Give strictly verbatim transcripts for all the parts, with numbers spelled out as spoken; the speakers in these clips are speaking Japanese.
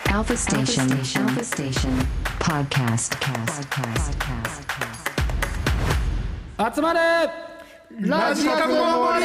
Alpha Station. Alpha Station. Podcast. Podcast. 集まれラジカクの森。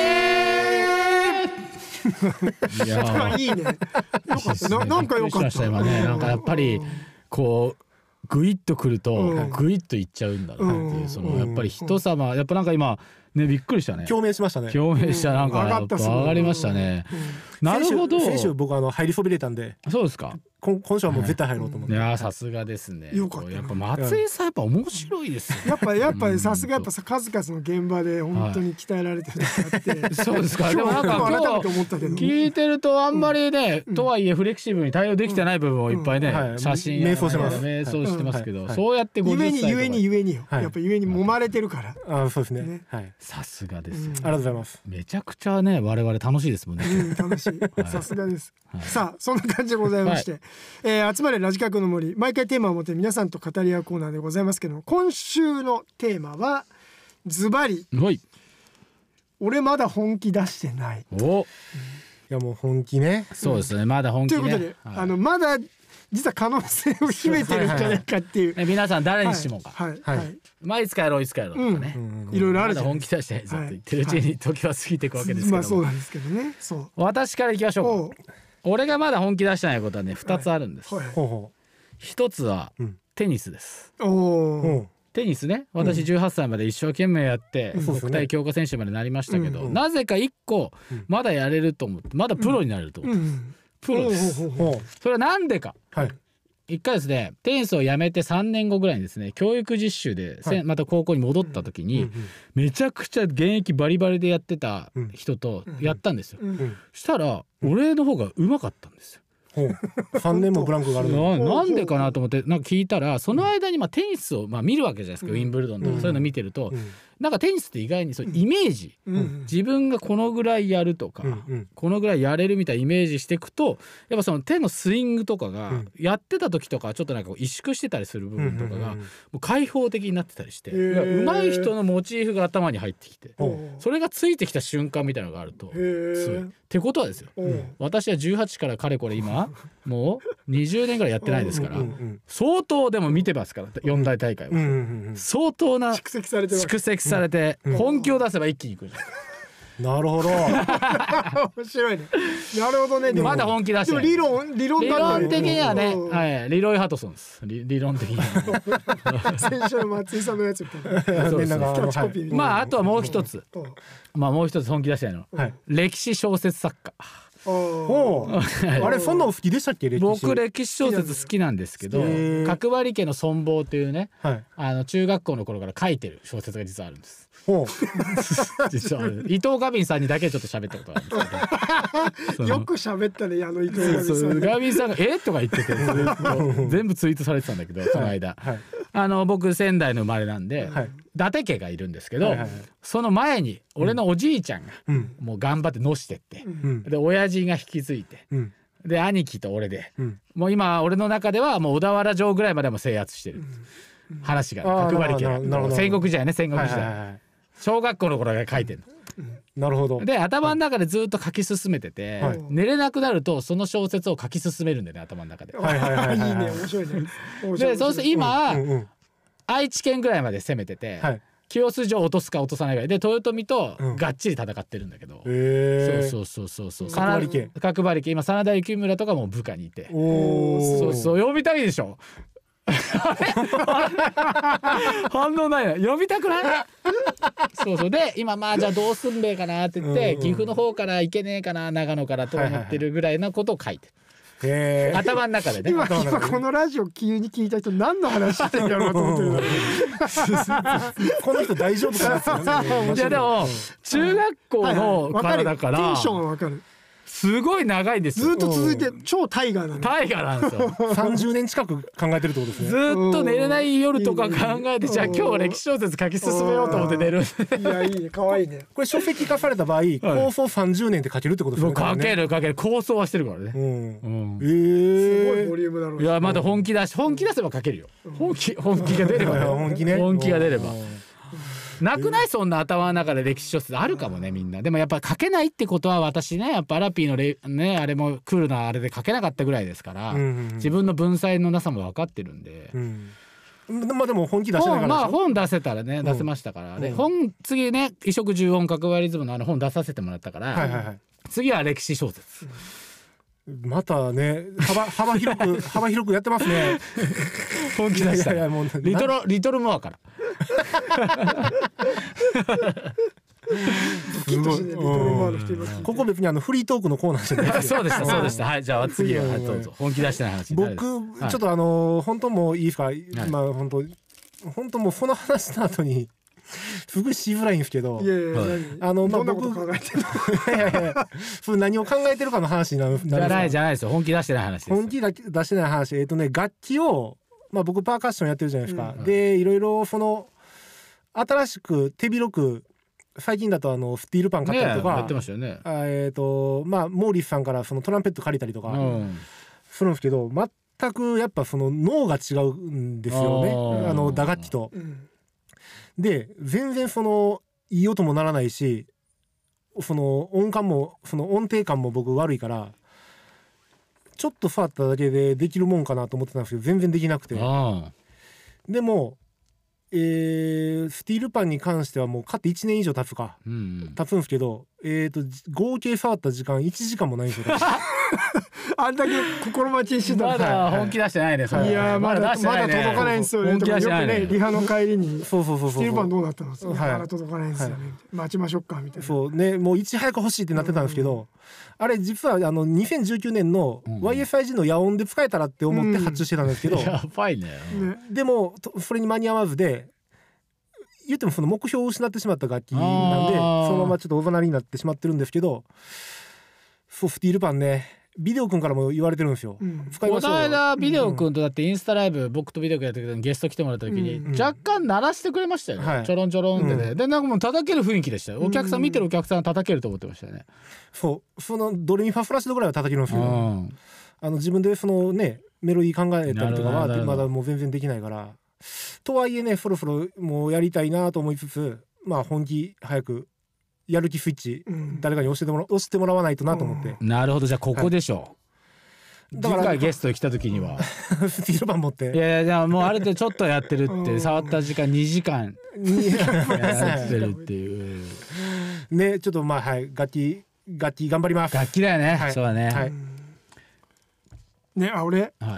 いやいいね。よかったな。なんかよかった。 今ね、なんかやっぱりこうグイッとくるとグイッといっちゃうんだなっていう、そのやっぱり人様やっぱなんか今ねびっくりしたね。 共鳴しましたね。 共鳴したなんかやっぱ上がりましたね。なるほど。 先週僕あの入りそびれたんで。 そうですか。 今週はもう絶対入ろうと思って。 いやさすがですね。 よかった。 やっぱ松井さんやっぱ面白いですよ。 やっぱやっぱさすがやっぱ数々の現場で本当に鍛えられてるって。 そうですか。でもなんか今日聞いてるとあんまりね、とはいえフレキシブルに対応できてない部分をいっぱいね写真瞑想してます。 瞑想してますけど、そうやってごじゅっさいとかゆえにゆえにゆえによ。やっぱゆえに揉まれてるから。 あそうですね。はい。 さすがです。 ありがとうございます。 めちゃくちゃね我々楽しいですもんね。 楽しい。さすがです。さあそんな感じでございまして、えー、集まれラジカクの森、毎回テーマを持って皆さんと語り合うコーナーでございますけども、今週のテーマはズバリ、俺まだ本気出してない。 お、いやもう本気ね。 そうですね、まだ本気ね。 ということで、はい、あのまだ実は可能性を秘めてるんじゃないかっていう、 はいはい、皆さん誰にしてもか、 はいはいはい、 まあいつかやろういつかやろうとかね、 うんうん、いろいろあるじゃないですか。まだ本気出してないぞって言ってるうちに時は過ぎていくわけですけども、 まあそうなんですけどね。そう、 私からいきましょうか。俺がまだ本気出してないことはねふたつあるんです。 はいはい、 一つはテニスです。 うん、おテニスね、私じゅうはっさいまで一生懸命やって国体強化選手までなりましたけど、うんうん、なぜかいっこまだやれると思って、まだプロになれると思って、うんうん、プロです。それはなんでか、はい、一回ですねテニスをやめてさんねんごぐらいにですね教育実習で、はい、また高校に戻った時に、うんうんうん、めちゃくちゃ現役バリバリでやってた人とやったんですよ、うんうんうん、したら俺の方が上手かったんですよ。 さんねんもブランクがあるのな, なんでかなと思ってなんか聞いたら、その間にまあテニスをまあ見るわけじゃないですか、うん、ウィンブルドンとかそういうの見てると、うん、なんかテニスって意外にそうイメージ、うん、自分がこのぐらいやるとか、うん、このぐらいやれるみたいなイメージしていくと、やっぱその手のスイングとかがやってた時とかちょっとなんか萎縮してたりする部分とかがもう開放的になってたりして、上手い人のモチーフが頭に入ってきて、それがついてきた瞬間みたいなのがあると強いってことはですよ、私はじゅうはちからかれこれ今もうにじゅうねんぐらいやってないですから、相当でも見てますからよん大大会は相当な蓄積されて蓄積されて本気を出せば一気にいくじゃん。 なるほど面白いね。なるほどね。 でもまだ本気出してでも理論理論理論的にはね、はい、リロイ・ハトソンです。 理, 理論的には先週の松井さんのやつみたいなそうですね。まああとはもう一つ、まあもう一つ本気出してないの、はい、歴史小説作家。 おあれそんなお好きでしたっけ？歴史僕歴史小説好きなんですけど、角張家の存亡というね、はい、あの中学校の頃から書いてる小説が実はあるんです。実は伊藤ガビンさんにだけちょっと喋ったことがあるんですけどよく喋ったね、あの伊藤ガビンさん。 ガビンさんがえとか言ってて全部ツイートされてたんだけど、その間、はいはい、あの僕仙台の生まれなんで、はい、伊達家がいるんですけど、はいはいはい、その前に俺のおじいちゃんがもう頑張ってのしてって、うん、で親父が引き継いで、うん、で兄貴と俺で、うん、もう今俺の中ではもう小田原城ぐらいまでも制圧してる、うん、話が角張家の戦国時代ね、戦国時代、はいはいはい、小学校の頃から書いてるの。 なるほど。 で頭の中でずっと書き進めてて、はい、寝れなくなるとその小説を書き進めるんだよね、頭の中で。 はいはいはいはい、いいね、面白いね。 でそうすると今、うんうんうん、愛知県ぐらいまで攻めてて、はい、清洲城落とすか落とさないぐらいで豊臣とがっちり戦ってるんだけど、うん、そうそうそうそうそう、角張家角張家今真田幸村とかも部下にいて、おそうそう読みたいでしょ反応ないな、読みたくないそうそうで今まあじゃあどうすんべえかなって言って、うんうん、岐阜の方から行けねえかな長野からと思ってるぐらいのことを書いてる、へー頭の中でね。 今, 今このラジオ急に聞いた人何の話してんだろうと思ってるこの人大丈夫かなっていやでも中学校のからだから、 テンションはわかる。 すごい長いんですよ。 ずっと続いて超タイガーなんタイガーなんですよさんじゅうねん近く考えてるってことですね。 ずっと寝れない夜とか考えて、じゃあ今日は歴史小説書き進めようと思って寝る。 いやいいね、可愛いね。 これ書籍化された場合、はい、構想さんじゅうねんで書けるってことですね。 書ける書ける、構想はしてるからね、うんうん、 えー、すごいボリュームだろう。 いやまだ本気出し本気出せば書けるよ。本気本気が出れば、ね、 本気ね、 本気が出れば。 なくないそんな頭の中で歴史小説あるかもねみんな。でもやっぱ書けないってことは私ねやっぱアラピーのレねあれもクールなあれで書けなかったぐらいですから、うんうんうん、自分の文才のなさも分かってるんで、うん、 まあでも本気出してないからでしょ。 まあ本出せたらね出せましたから、うん、で本次ね衣食住音角張リズムのあの本出させてもらったから、はいはいはい、次は歴史小説、 またね 幅, 幅広く幅広くやってますね本気出したいやいやもうリトルリトルモアからここ別にあのフリートークのコーナーじゃないそうでしたそうでした。はいじゃあ次は、はい、どうぞ本気出してない話。 僕、はい、ちょっとあの本当もういいですか、はい、まあ本当本当もうその話の後にすごいしづらいんですけど、いやいや、はい、あのまあ僕考えてるいやいやそれ何を考えてるかの話になるじゃないじゃないですよ。本気出してない話です。 本気出してない話。えっとね楽器をまあ僕パーカッションやってるじゃないですか、うん、でいろいろその新しく手広く最近だとあのスティールパン買ったりとか、 ね、やってましたよね。 えっとまあモーリスさんからそのトランペット借りたりとかするんですけど、全くやっぱその脳が違うんですよね、あの打楽器と、うん、で全然そのいい音もならないし、その音感もその音程感も僕悪いから、ちょっと触っただけでできるもんかなと思ってたんですけど全然できなくて、でもえー、スティールパンに関してはもう買っていちねん以上経つか、うんうん、経つんですけど、えーと合計触った時間いちじかんもないんですよあんだけ心待ちにしてたまだ本気出してないね、はい、 いやまだまだ届かないんですよね。 本気出してないね。 よくねリハの帰りにそうそうそうそうスティールパンどうなったの、はい、まだ届かないんですよね、はい、待ちましょうかみたいな。 そうね、もういち早く欲しいってなってたんですけど、うん、あれ実はあのにせんじゅうきゅうねんの ワイエスアイジー の野音で使えたらって思って発注してたんですけど、うん、 やばいね。 でもそれに間に合わずで、言ってもその目標を失ってしまった楽器なんでそのままちょっとおざなりになってしまってるんですけど、そうスティールパンねビデオ君からも言われてるんですよ、うん、使いましょう。 この間ビデオ君とだってインスタライブ、うん、僕とビデオ君やった時にゲスト来てもらった時に、うん、若干鳴らしてくれましたよね、はい、ちょろんちょろんってね、うん、でなんかもう叩ける雰囲気でしたよ。お客さん見てるお客さん叩けると思ってましたよね。 そうそのドレミファフラッシュドぐらいは叩けるんですけど、うん、あの自分でそのねメロディー考えたりとかはまだもう全然できないから、とはいえねそろそろもうやりたいなと思いつつ、まあ本気早くやる気スイッチ、うん、誰かに押してもら押してもらわないとなと思って、 うん、なるほど。じゃあここでしょう、はい、だから次回ゲストに来た時にはスティールパン持って、 いやいやもうあれでちょっとやってるって触った時間にじかんやってるっていうね。ちょっとまあはい楽器楽器頑張ります。 楽器だよね、はい、そうだね、 はい、ねあ俺、はい、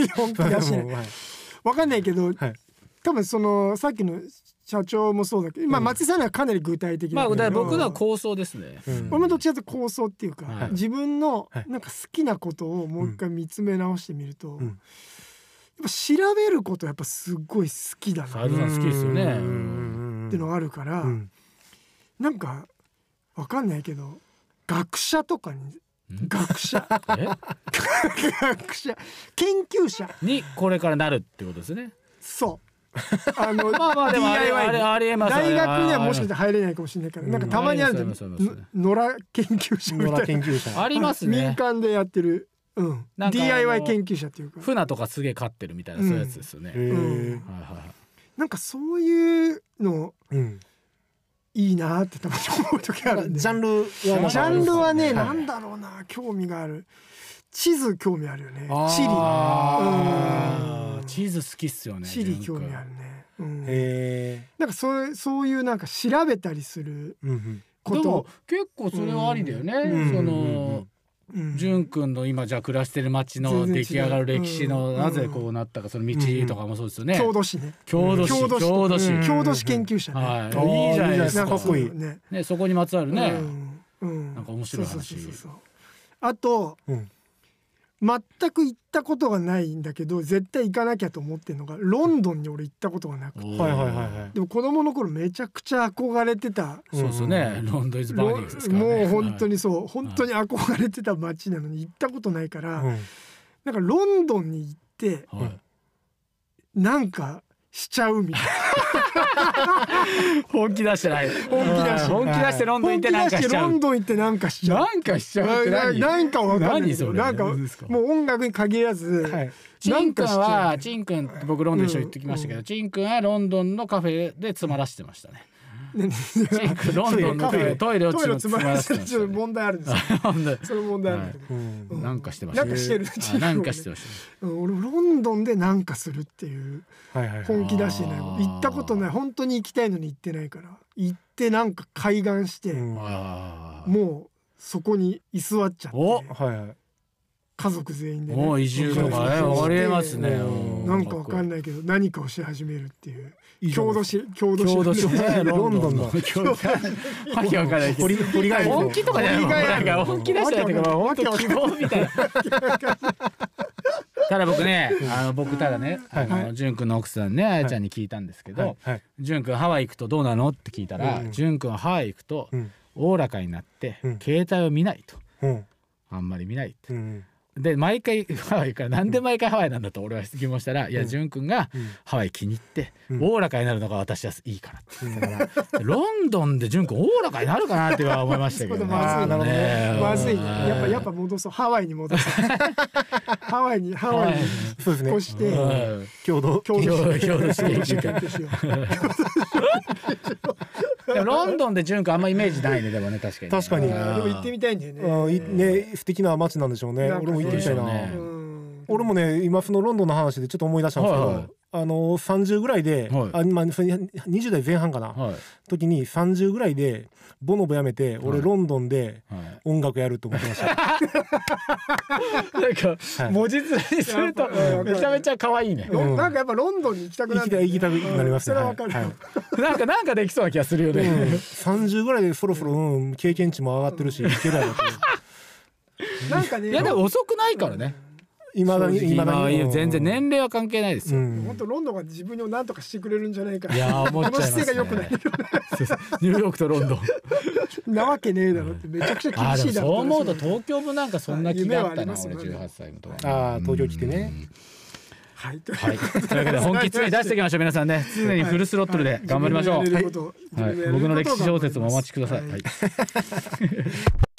本気出してないわかんないけど、はい、多分そのさっきの社長もそうだけど、まあ、松井さんはかなり具体的な、 うん、まあ僕のは構想ですね、 うん、俺もどっちかというと構想っていうか、はい、自分のなんか好きなことをもう一回見つめ直してみると、うん、やっぱ調べることやっぱすごい好きだな。 サイドさん好きですよねってのがあるから、うん、なんかわかんないけど学者とかに学者学者研究者にこれからなるってことですね。 そうあのまあまあでもあれあれありえます。 大学にはもしかして入れないかもしれないから、なんかたまにあるんで野良研究者みたいなありますね。 民間でやってる、うん、ディーアイワイ 研究者っていうか船とかすげえ飼ってるみたいなそういうやつですよね、うんうんはいはい、 なんかそういうの、うんいいなってたまに思う時あるんで、 ジャンルはジャンルはね、はい、なんだろうな興味がある。地図興味あるよね。地理あ、うん、地図好きっすよね。 地理興味あるね、うん、へなんかそうそういうなんか調べたりすること、 でも結構それはありだよね、うん、その、うん潤くんの今じゃあ暮らしてる町の出来上がる歴史のなぜこうなったか、その道とかもそうですよね。 郷土史ね。 郷土史郷土史郷土史研究者ね、 はい、いいじゃないですか。 かっこいいね。 ねそこにまつわるね、うんうん、なんか面白い話。そうそうそうそう。 あと、うん全く行ったことがないんだけど絶対行かなきゃと思ってるのがロンドンに俺行ったことがなくて、はいはいはいはい、でも子供の頃めちゃくちゃ憧れてた。 そうですね、ロンドンイズバーニングですからね。 もう本当にそう、はい、本当に憧れてた街なのに行ったことないから、はい、なんかロンドンに行って、はい、なんかしちゃうみたいな本気出してない本気出して本気出してロンドン行ってなんかしちゃうロンドン行ってなんかしちゃうなんかしちゃうって何なんかわかんないけど何それなんか何ですかもう音楽に限らず、 はい、 チンくんなんかはしちチンくん僕ロンドン一緒に行ってきましたけど、チンくんはロンドンのカフェで詰まらしてましたね。チンくんロンドンのカフェトイレをトイレを詰まらせててちょっと問題あるんですよその問題あるんだけど、 うんなんかしてましたなんかしてるあなんかしてましたね。 うん俺ロンドンでなんかするっていうはいはいはい、 本気出してないあー行ったことない本当に行きたいのに行ってないから行ってなんか開眼して、 うんあーもうそこに居座っちゃっておはいはい、 家族全員で、ね、 もう移住とかねそうありえますね。 うんなんかわかんないけど何かをし始めるっていういいじゃない郷土し郷土郷土史史ねロンドンのわけわかんないけど掘り掘り返す本気とかじゃないもん掘り返すなんか本気出してないとか本当希望みたいな。ただ僕ねあの僕ただねあの潤くんの奥さんねあやちゃんに聞いたんですけど、 はい、 潤くんハワイ行くとどうなのって聞いたらうん潤くんはハワイ行くとうんおおらかになってうん携帯を見ないとうんあんまり見ないってうんで毎回ハワイからなんで毎回ハワイなんだと俺は疑問したら、いやうん潤くんがうんハワイ気に入ってうんおおらかになるのが私はいいからってうんだからロンドンで潤くんおおらかになるかなって思いましたけど、 そうね、 まずいなるほどねまずいねやっぱやっぱ戻そうハワイに戻そうハワイにハワイにそうですね越してうん共同郷土郷史土史郷土史研究しようでもロンドンで潤くんあんまイメージないねでもね確かに確かにあーでも行ってみたいんだよねあいね素敵な街なんでしょうね。 なんか俺も行ってみたいな、 ねうん俺もね今そのロンドンの話でちょっと思い出したんですけど、 はいはいあのさんじゅうぐらいで、 はいあまあ、それにじゅう代前半かな、 はい時にさんじゅうぐらいでボノボやめて俺はいロンドンではい音楽やると思ってました、 なんかはい文字面にするとうんめちゃめちゃ可愛いね。 ロンうんなんかやっぱロンドンに行きたくなる行きたい行きたくなりますね、 それはわかるよ、 はいなんかなんかできそうな気がするよね。 うん、さんじゅうぐらいでそろそろ、うん、経験値も上がってるしいけるやろってなんかねいやでも遅くないからね。 いまだに正直いまだに今全然年齢は関係ないですよ。 うん本当ロンドンが自分を何とかしてくれるんじゃないかいやー思っちゃいますね。 この姿勢が良くないそうそうニューヨークとロンドン。 なわけねえだろってめちゃくちゃあーでも厳しいだろそう思うと東京もなんかそんな気があったな。 夢はありますよね俺じゅうはっさいのとか。 あー東京来てねはいはい。というわけで本気常に出していきましょう皆さんね。常にフルスロットルで頑張りましょう。 自分のやれることはい。僕の歴史小説もお待ちください。はい。